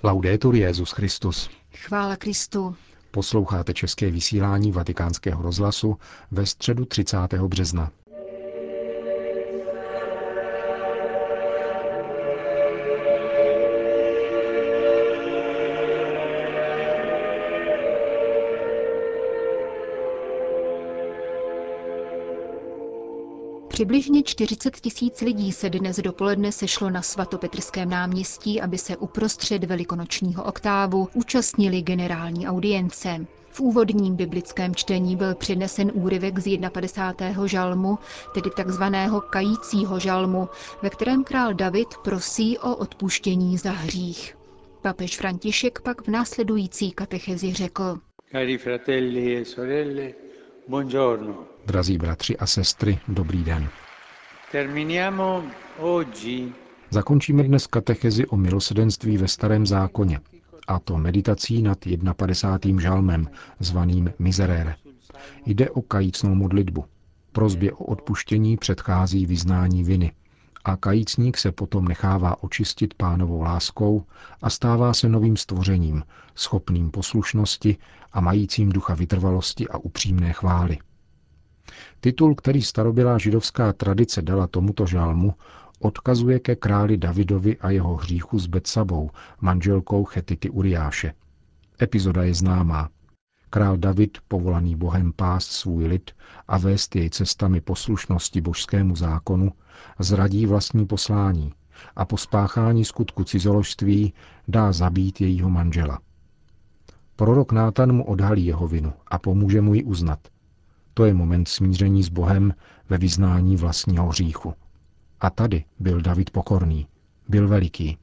Laudetur Jesus Christus. Chvála Kristu. Posloucháte české vysílání Vatikánského rozhlasu ve středu 30. března. Přibližně 40 000 lidí se dnes dopoledne sešlo na svatopetrském náměstí, aby se uprostřed velikonočního oktávu účastnili generální audience. V úvodním biblickém čtení byl přednesen úryvek z 51. žalmu, tedy takzvaného kajícího žalmu, ve kterém král David prosí o odpuštění za hřích. Papež František pak v následující katechezi řekl: Cari fratelli e sorelle, buongiorno. Drazí bratři a sestry, dobrý den. Terminiamo oggi. Zakončíme dnes katechezi o milosrdenství ve Starém zákoně, a to meditací nad 51. žalmem, zvaným Miserere. Jde o kajícnou modlitbu. Prosbě o odpuštění předchází vyznání viny a kajícník se potom nechává očistit Pánovou láskou a stává se novým stvořením, schopným poslušnosti a majícím ducha vytrvalosti a upřímné chvály. Titul, který starobylá židovská tradice dala tomuto žalmu, odkazuje ke králi Davidovi a jeho hříchu s Betsabou, manželkou Chetity Uriáše. Epizoda je známá. Král David, povolaný Bohem pást svůj lid a vést jej cestami poslušnosti božskému zákonu, zradí vlastní poslání a po spáchání skutku cizoložství dá zabít jejího manžela. Prorok Nátan mu odhalí jeho vinu a pomůže mu ji uznat. To je moment smíření s Bohem ve vyznání vlastního hříchu. A tady byl David pokorný, byl veliký.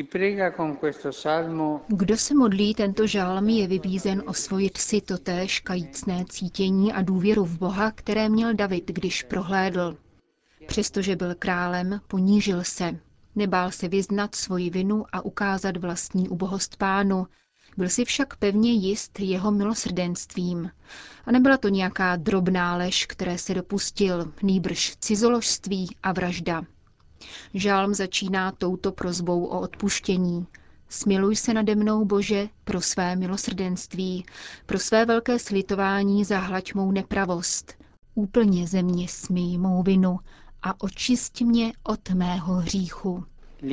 Kdo se modlí tento žálm, je vybízen osvojit si totéž kajícné cítění a důvěru v Boha, které měl David, když prohlédl. Přestože byl králem, ponížil se. Nebál se vyznat svoji vinu a ukázat vlastní ubohost Pánu. Byl si však pevně jist jeho milosrdenstvím. A nebyla to nějaká drobná lež, které se dopustil, nýbrž cizoložství a vražda. Žálm začíná touto prosbou o odpuštění. Smiluj se nade mnou, Bože, pro své milosrdenství, pro své velké slitování zahlaď mou nepravost. Úplně ze mě smij mou vinu a očist mě od mého hříchu.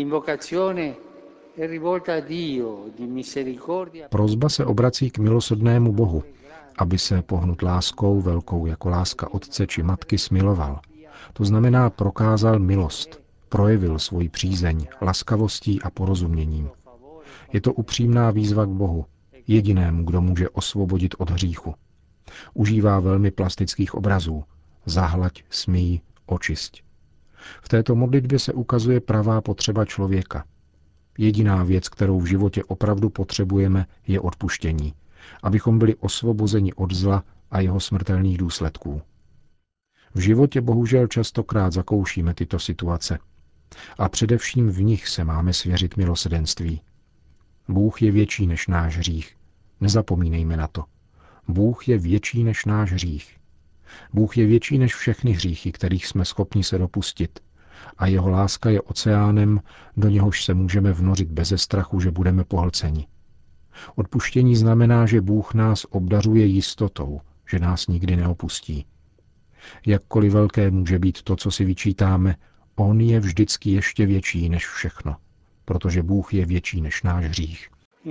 Prosba se obrací k milosrdnému Bohu, aby se pohnut láskou velkou jako láska otce či matky smiloval. To znamená prokázal milost, projevil svoji přízeň laskavostí a porozuměním. Je to upřímná výzva k Bohu, jedinému, kdo může osvobodit od hříchu. Užívá velmi plastických obrazů. Zahlaď, smij, očisť. V této modlitbě se ukazuje pravá potřeba člověka. Jediná věc, kterou v životě opravdu potřebujeme, je odpuštění, abychom byli osvobozeni od zla a jeho smrtelných důsledků. V životě bohužel častokrát zakoušíme tyto situace. A především v nich se máme svěřit milosrdenství. Bůh je větší než náš hřích. Nezapomínejme na to. Bůh je větší než náš hřích. Bůh je větší než všechny hříchy, kterých jsme schopni se dopustit. A jeho láska je oceánem, do něhož se můžeme vnořit beze strachu, že budeme pohlceni. Odpuštění znamená, že Bůh nás obdařuje jistotou, že nás nikdy neopustí. Jakkoliv velké může být to, co si vyčítáme, on je vždycky ještě větší než všechno, protože Bůh je větší než náš hřích.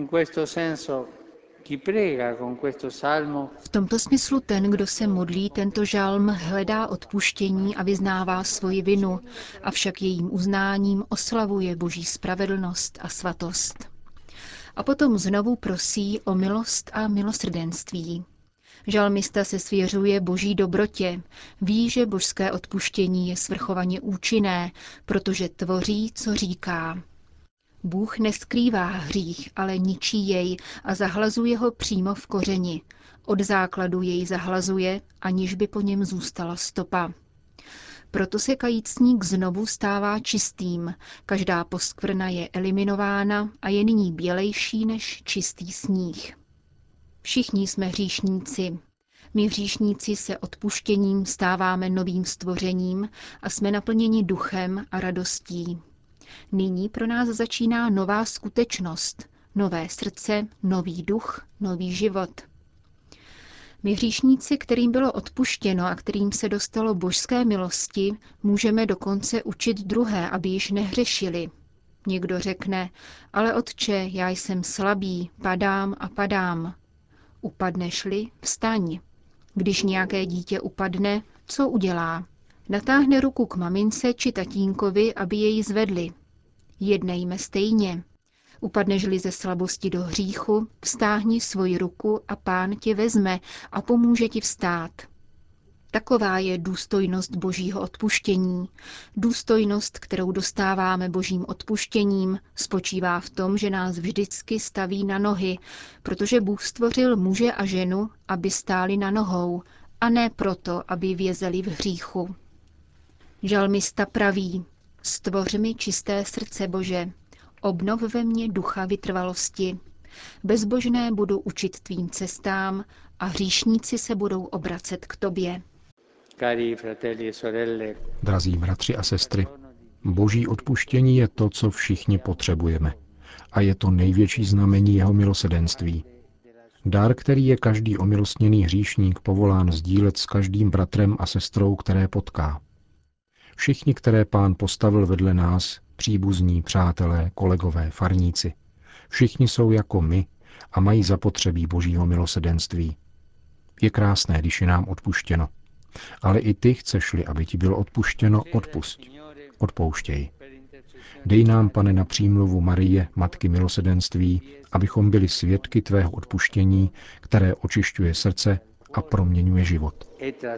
V tomto smyslu ten, kdo se modlí tento žalm, hledá odpuštění a vyznává svoji vinu, avšak jejím uznáním oslavuje Boží spravedlnost a svatost. A potom znovu prosí o milost a milosrdenství. Žalmista se svěřuje Boží dobrotě, ví, že božské odpuštění je svrchovaně účinné, protože tvoří, co říká. Bůh neskrývá hřích, ale ničí jej a zahlazuje ho přímo v kořeni. Od základu jej zahlazuje, aniž by po něm zůstala stopa. Proto se kajícník znovu stává čistým, každá poskvrna je eliminována a je nyní bělejší než čistý sníh. Všichni jsme hříšníci. My hříšníci se odpuštěním stáváme novým stvořením a jsme naplněni duchem a radostí. Nyní pro nás začíná nová skutečnost, nové srdce, nový duch, nový život. My hříšníci, kterým bylo odpuštěno a kterým se dostalo božské milosti, můžeme dokonce učit druhé, aby již nehřešili. Někdo řekne, ale otče, já jsem slabý, padám a padám. Upadneš-li, vstaň. Když nějaké dítě upadne, co udělá? Natáhne ruku k mamince či tatínkovi, aby jej zvedli. Jednejme stejně. Upadneš-li ze slabosti do hříchu, vztáhni svoji ruku a Pán tě vezme a pomůže ti vstát. Taková je důstojnost božího odpuštění. Důstojnost, kterou dostáváme božím odpuštěním, spočívá v tom, že nás vždycky staví na nohy, protože Bůh stvořil muže a ženu, aby stáli na nohou, a ne proto, aby vězeli v hříchu. Žalmista praví, stvoř mi čisté srdce, Bože, obnov ve mně ducha vytrvalosti. Bezbožné budu učit tvým cestám a hříšníci se budou obracet k tobě. Drazí bratři a sestry, boží odpuštění je to, co všichni potřebujeme. A je to největší znamení jeho milosedenství. Dar, který je každý omilostněný hříšník povolán sdílet s každým bratrem a sestrou, které potká. Všichni, které Pán postavil vedle nás, příbuzní, přátelé, kolegové, farníci, všichni jsou jako my a mají zapotřebí božího milosedenství. Je krásné, když je nám odpuštěno. Ale i ty chceš-li, aby ti bylo odpuštěno, odpusť. Odpouštěj. Dej nám, Pane, na přímluvu Marie, Matky milosedenství, abychom byli svědky tvého odpuštění, které očišťuje srdce a proměňuje život.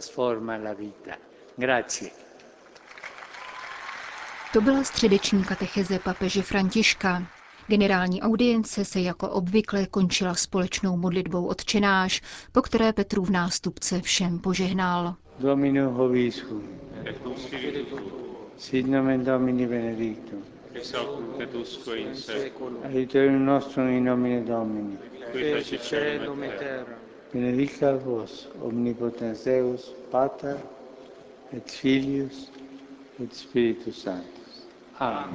To byla středeční katecheze papeže Františka. Generální audience se jako obvykle končila společnou modlitbou Otčenáš, po které Petrův nástupce všem požehnal. Domino Hoviscum, sit nomen Domini benedictum, ex hoc nunc et usque in seculum, aiuterium nostrum in nomine Domini, qui fecit caelum et terra. benedicat vos, omnipotens Deus, Pater, et Filius, et Spiritus Sanctus. Amen.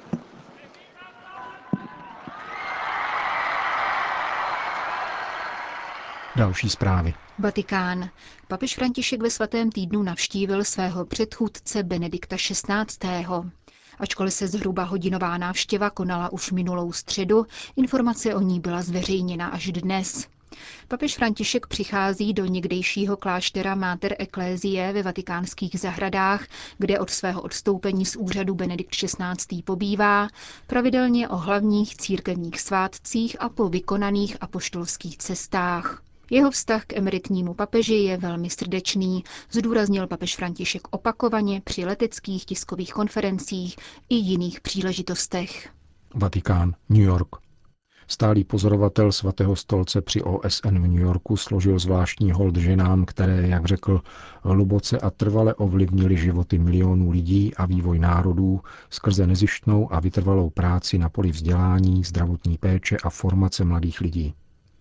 Další zprávy. Vatikán. Papež František ve svatém týdnu navštívil svého předchůdce Benedikta XVI. Ačkoliv se zhruba hodinová návštěva konala už minulou středu, informace o ní byla zveřejněna až dnes. Papež František přichází do někdejšího kláštera Mater Ecclesiae ve vatikánských zahradách, kde od svého odstoupení z úřadu Benedikt XVI. Pobývá, pravidelně o hlavních církevních svátcích a po vykonaných apoštolských cestách. Jeho vztah k emeritnímu papeži je velmi srdečný, zdůraznil papež František opakovaně při leteckých tiskových konferencích i jiných příležitostech. Vatikán, New York. Stálý pozorovatel Svatého stolce při OSN v New Yorku složil zvláštní hold ženám, které, jak řekl, hluboce a trvale ovlivnily životy milionů lidí a vývoj národů skrze nezištnou a vytrvalou práci na poli vzdělání, zdravotní péče a formace mladých lidí.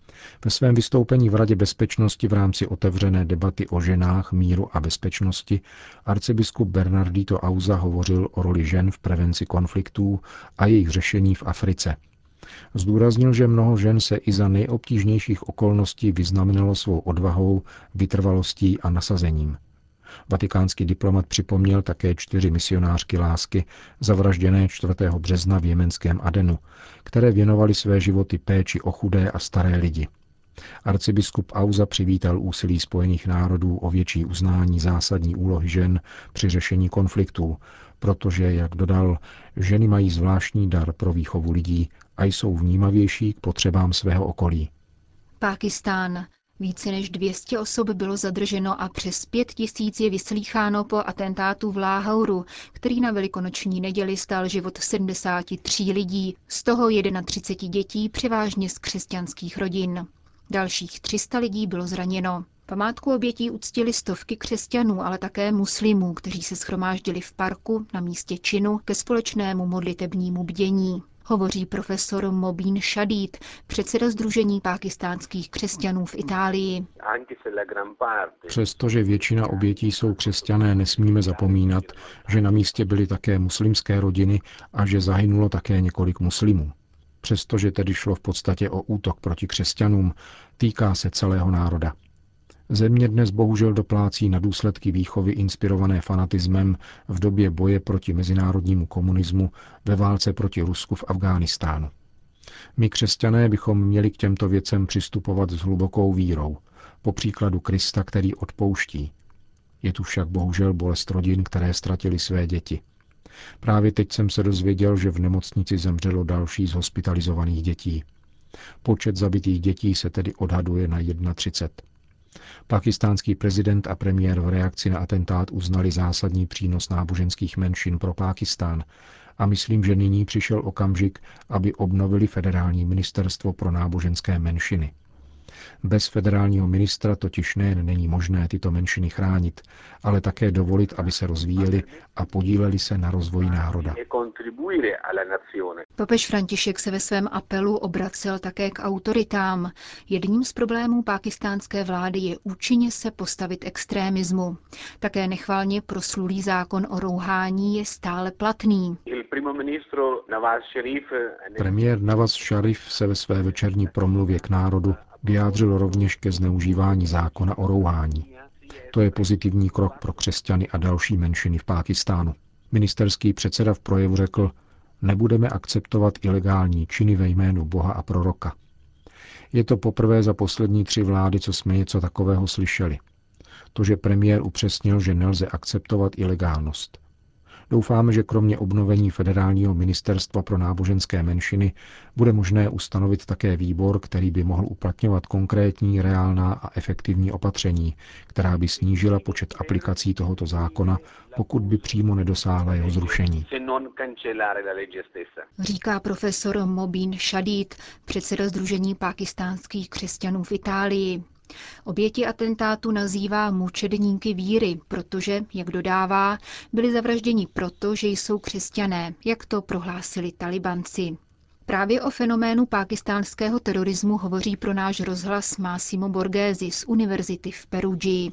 Ve svém vystoupení v Radě bezpečnosti v rámci otevřené debaty o ženách, míru a bezpečnosti arcibiskup Bernardito Auza hovořil o roli žen v prevenci konfliktů a jejich řešení v Africe. Zdůraznil, že mnoho žen se i za nejobtížnějších okolností vyznamenalo svou odvahou, vytrvalostí a nasazením. Vatikánský diplomat připomněl také 4 misionářky lásky, zavražděné 4. března v jemenském Adenu, které věnovaly své životy péči o chudé a staré lidi. Arcibiskup Auza přivítal úsilí Spojených národů o větší uznání zásadní úlohy žen při řešení konfliktů, protože, jak dodal, ženy mají zvláštní dar pro výchovu lidí a jsou vnímavější k potřebám svého okolí. Pákistán. Více než 200 osob bylo zadrženo a přes 5 000 je vyslýcháno po atentátu v Láhauru, který na velikonoční neděli stál život 73 lidí, z toho 31 dětí, převážně z křesťanských rodin. Dalších 300 lidí bylo zraněno. Památku obětí uctili stovky křesťanů, ale také muslimů, kteří se shromáždili v parku na místě činu ke společnému modlitebnímu bdění. Hovoří profesor Mobín Šadíd, předseda Sdružení pákistánských křesťanů v Itálii. Přestože většina obětí jsou křesťané, nesmíme zapomínat, že na místě byly také muslimské rodiny a že zahynulo také několik muslimů. Přestože tedy šlo v podstatě o útok proti křesťanům, týká se celého národa. Země dnes bohužel doplácí na důsledky výchovy inspirované fanatismem v době boje proti mezinárodnímu komunismu ve válce proti Rusku v Afghánistánu. My křesťané bychom měli k těmto věcem přistupovat s hlubokou vírou, po příkladu Krista, který odpouští. Je tu však bohužel bolest rodin, které ztratily své děti. Právě teď jsem se dozvěděl, že v nemocnici zemřelo další z hospitalizovaných dětí. Počet zabitých dětí se tedy odhaduje na 31. Pakistánský prezident a premiér v reakci na atentát uznali zásadní přínos náboženských menšin pro Pákistán a myslím, že nyní přišel okamžik, aby obnovili federální ministerstvo pro náboženské menšiny. Bez federálního ministra totiž nejen není možné tyto menšiny chránit, ale také dovolit, aby se rozvíjely a podíleli se na rozvoji národa. Papež František se ve svém apelu obracel také k autoritám. Jedním z problémů pákistánské vlády je účinně se postavit extrémismu. Také nechvalně proslulý zákon o rouhání je stále platný. Premiér Nawaz Sharif se ve své večerní promluvě k národu vyjádřil rovněž ke zneužívání zákona o rouhání. To je pozitivní krok pro křesťany a další menšiny v Pákistánu. Ministerský předseda v projevu řekl: nebudeme akceptovat ilegální činy ve jménu Boha a proroka. Je to poprvé za poslední 3 vlády, co jsme něco takového slyšeli. To, že premiér upřesnil, že nelze akceptovat ilegálnost. Doufáme, že kromě obnovení Federálního ministerstva pro náboženské menšiny bude možné ustanovit také výbor, který by mohl uplatňovat konkrétní, reálná a efektivní opatření, která by snížila počet aplikací tohoto zákona, pokud by přímo nedosáhla jeho zrušení. Říká profesor Mobin Shadid, předseda Sdružení pákistánských křesťanů v Itálii. Oběti atentátu nazývá mučedníky víry, protože, jak dodává, byli zavražděni proto, že jsou křesťané, jak to prohlásili Talibanci. Právě o fenoménu pákistánského terorismu hovoří pro náš rozhlas Massimo Borghesi z univerzity v Perugii.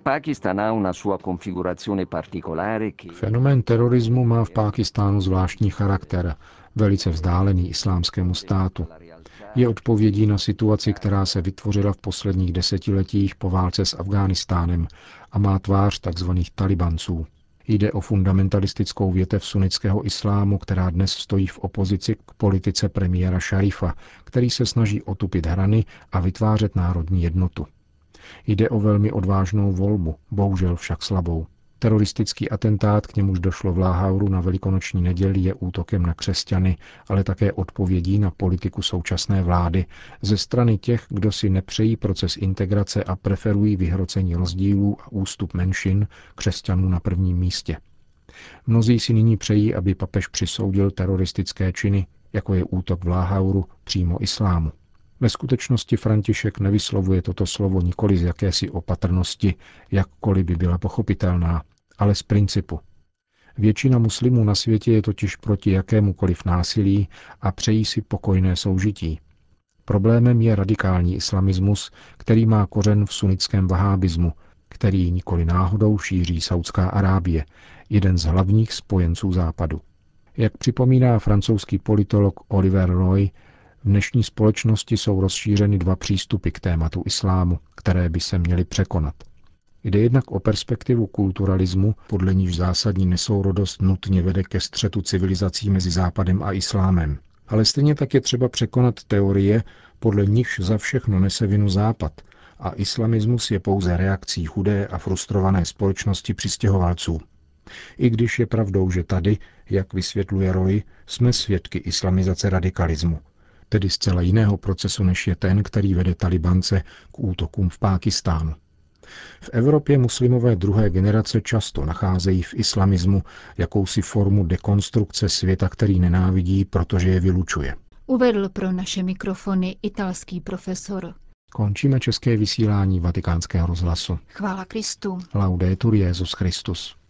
Fenomén terorismu má v Pákistánu zvláštní charakter, velice vzdálený islámskému státu. Je odpovědí na situaci, která se vytvořila v posledních desetiletích po válce s Afghánistánem a má tvář tzv. Talibanců. Jde o fundamentalistickou větev sunnického islámu, která dnes stojí v opozici k politice premiéra Šarifa, který se snaží otupit hrany a vytvářet národní jednotu. Jde o velmi odvážnou volbu, bohužel však slabou. Teroristický atentát, k němuž došlo v Láhauru na velikonoční neděli, je útokem na křesťany, ale také odpovědí na politiku současné vlády ze strany těch, kdo si nepřejí proces integrace a preferují vyhrocení rozdílů a ústup menšin, křesťanů na prvním místě. Mnozí si nyní přejí, aby papež přisoudil teroristické činy, jako je útok v Láhauru, přímo islámu. Ve skutečnosti František nevyslovuje toto slovo nikoli z jakési opatrnosti, jakkoliv by byla pochopitelná, ale z principu. Většina muslimů na světě je totiž proti jakémukoliv násilí a přejí si pokojné soužití. Problémem je radikální islamismus, který má kořen v sunnickém vahábismu, který nikoli náhodou šíří Saudská Arábie, jeden z hlavních spojenců Západu. Jak připomíná francouzský politolog Oliver Roy, v dnešní společnosti jsou rozšířeny 2 přístupy k tématu islámu, které by se měly překonat. Jde jednak o perspektivu kulturalismu, podle níž zásadní nesourodost nutně vede ke střetu civilizací mezi Západem a islámem. Ale stejně tak je třeba překonat teorie, podle nichž za všechno nese vinu Západ a islamismus je pouze reakcí chudé a frustrované společnosti přistěhovalců. I když je pravdou, že tady, jak vysvětluje Roy, jsme svědky islamizace radikalismu, tedy zcela jiného procesu, než je ten, který vede Talibance k útokům v Pákistánu. V Evropě muslimové druhé generace často nacházejí v islamismu jakousi formu dekonstrukce světa, který nenávidí, protože je vylučuje. Uvedl pro naše mikrofony italský profesor. Končíme české vysílání Vatikánského rozhlasu. Chvála Kristu. Laudetur Jesus Christus.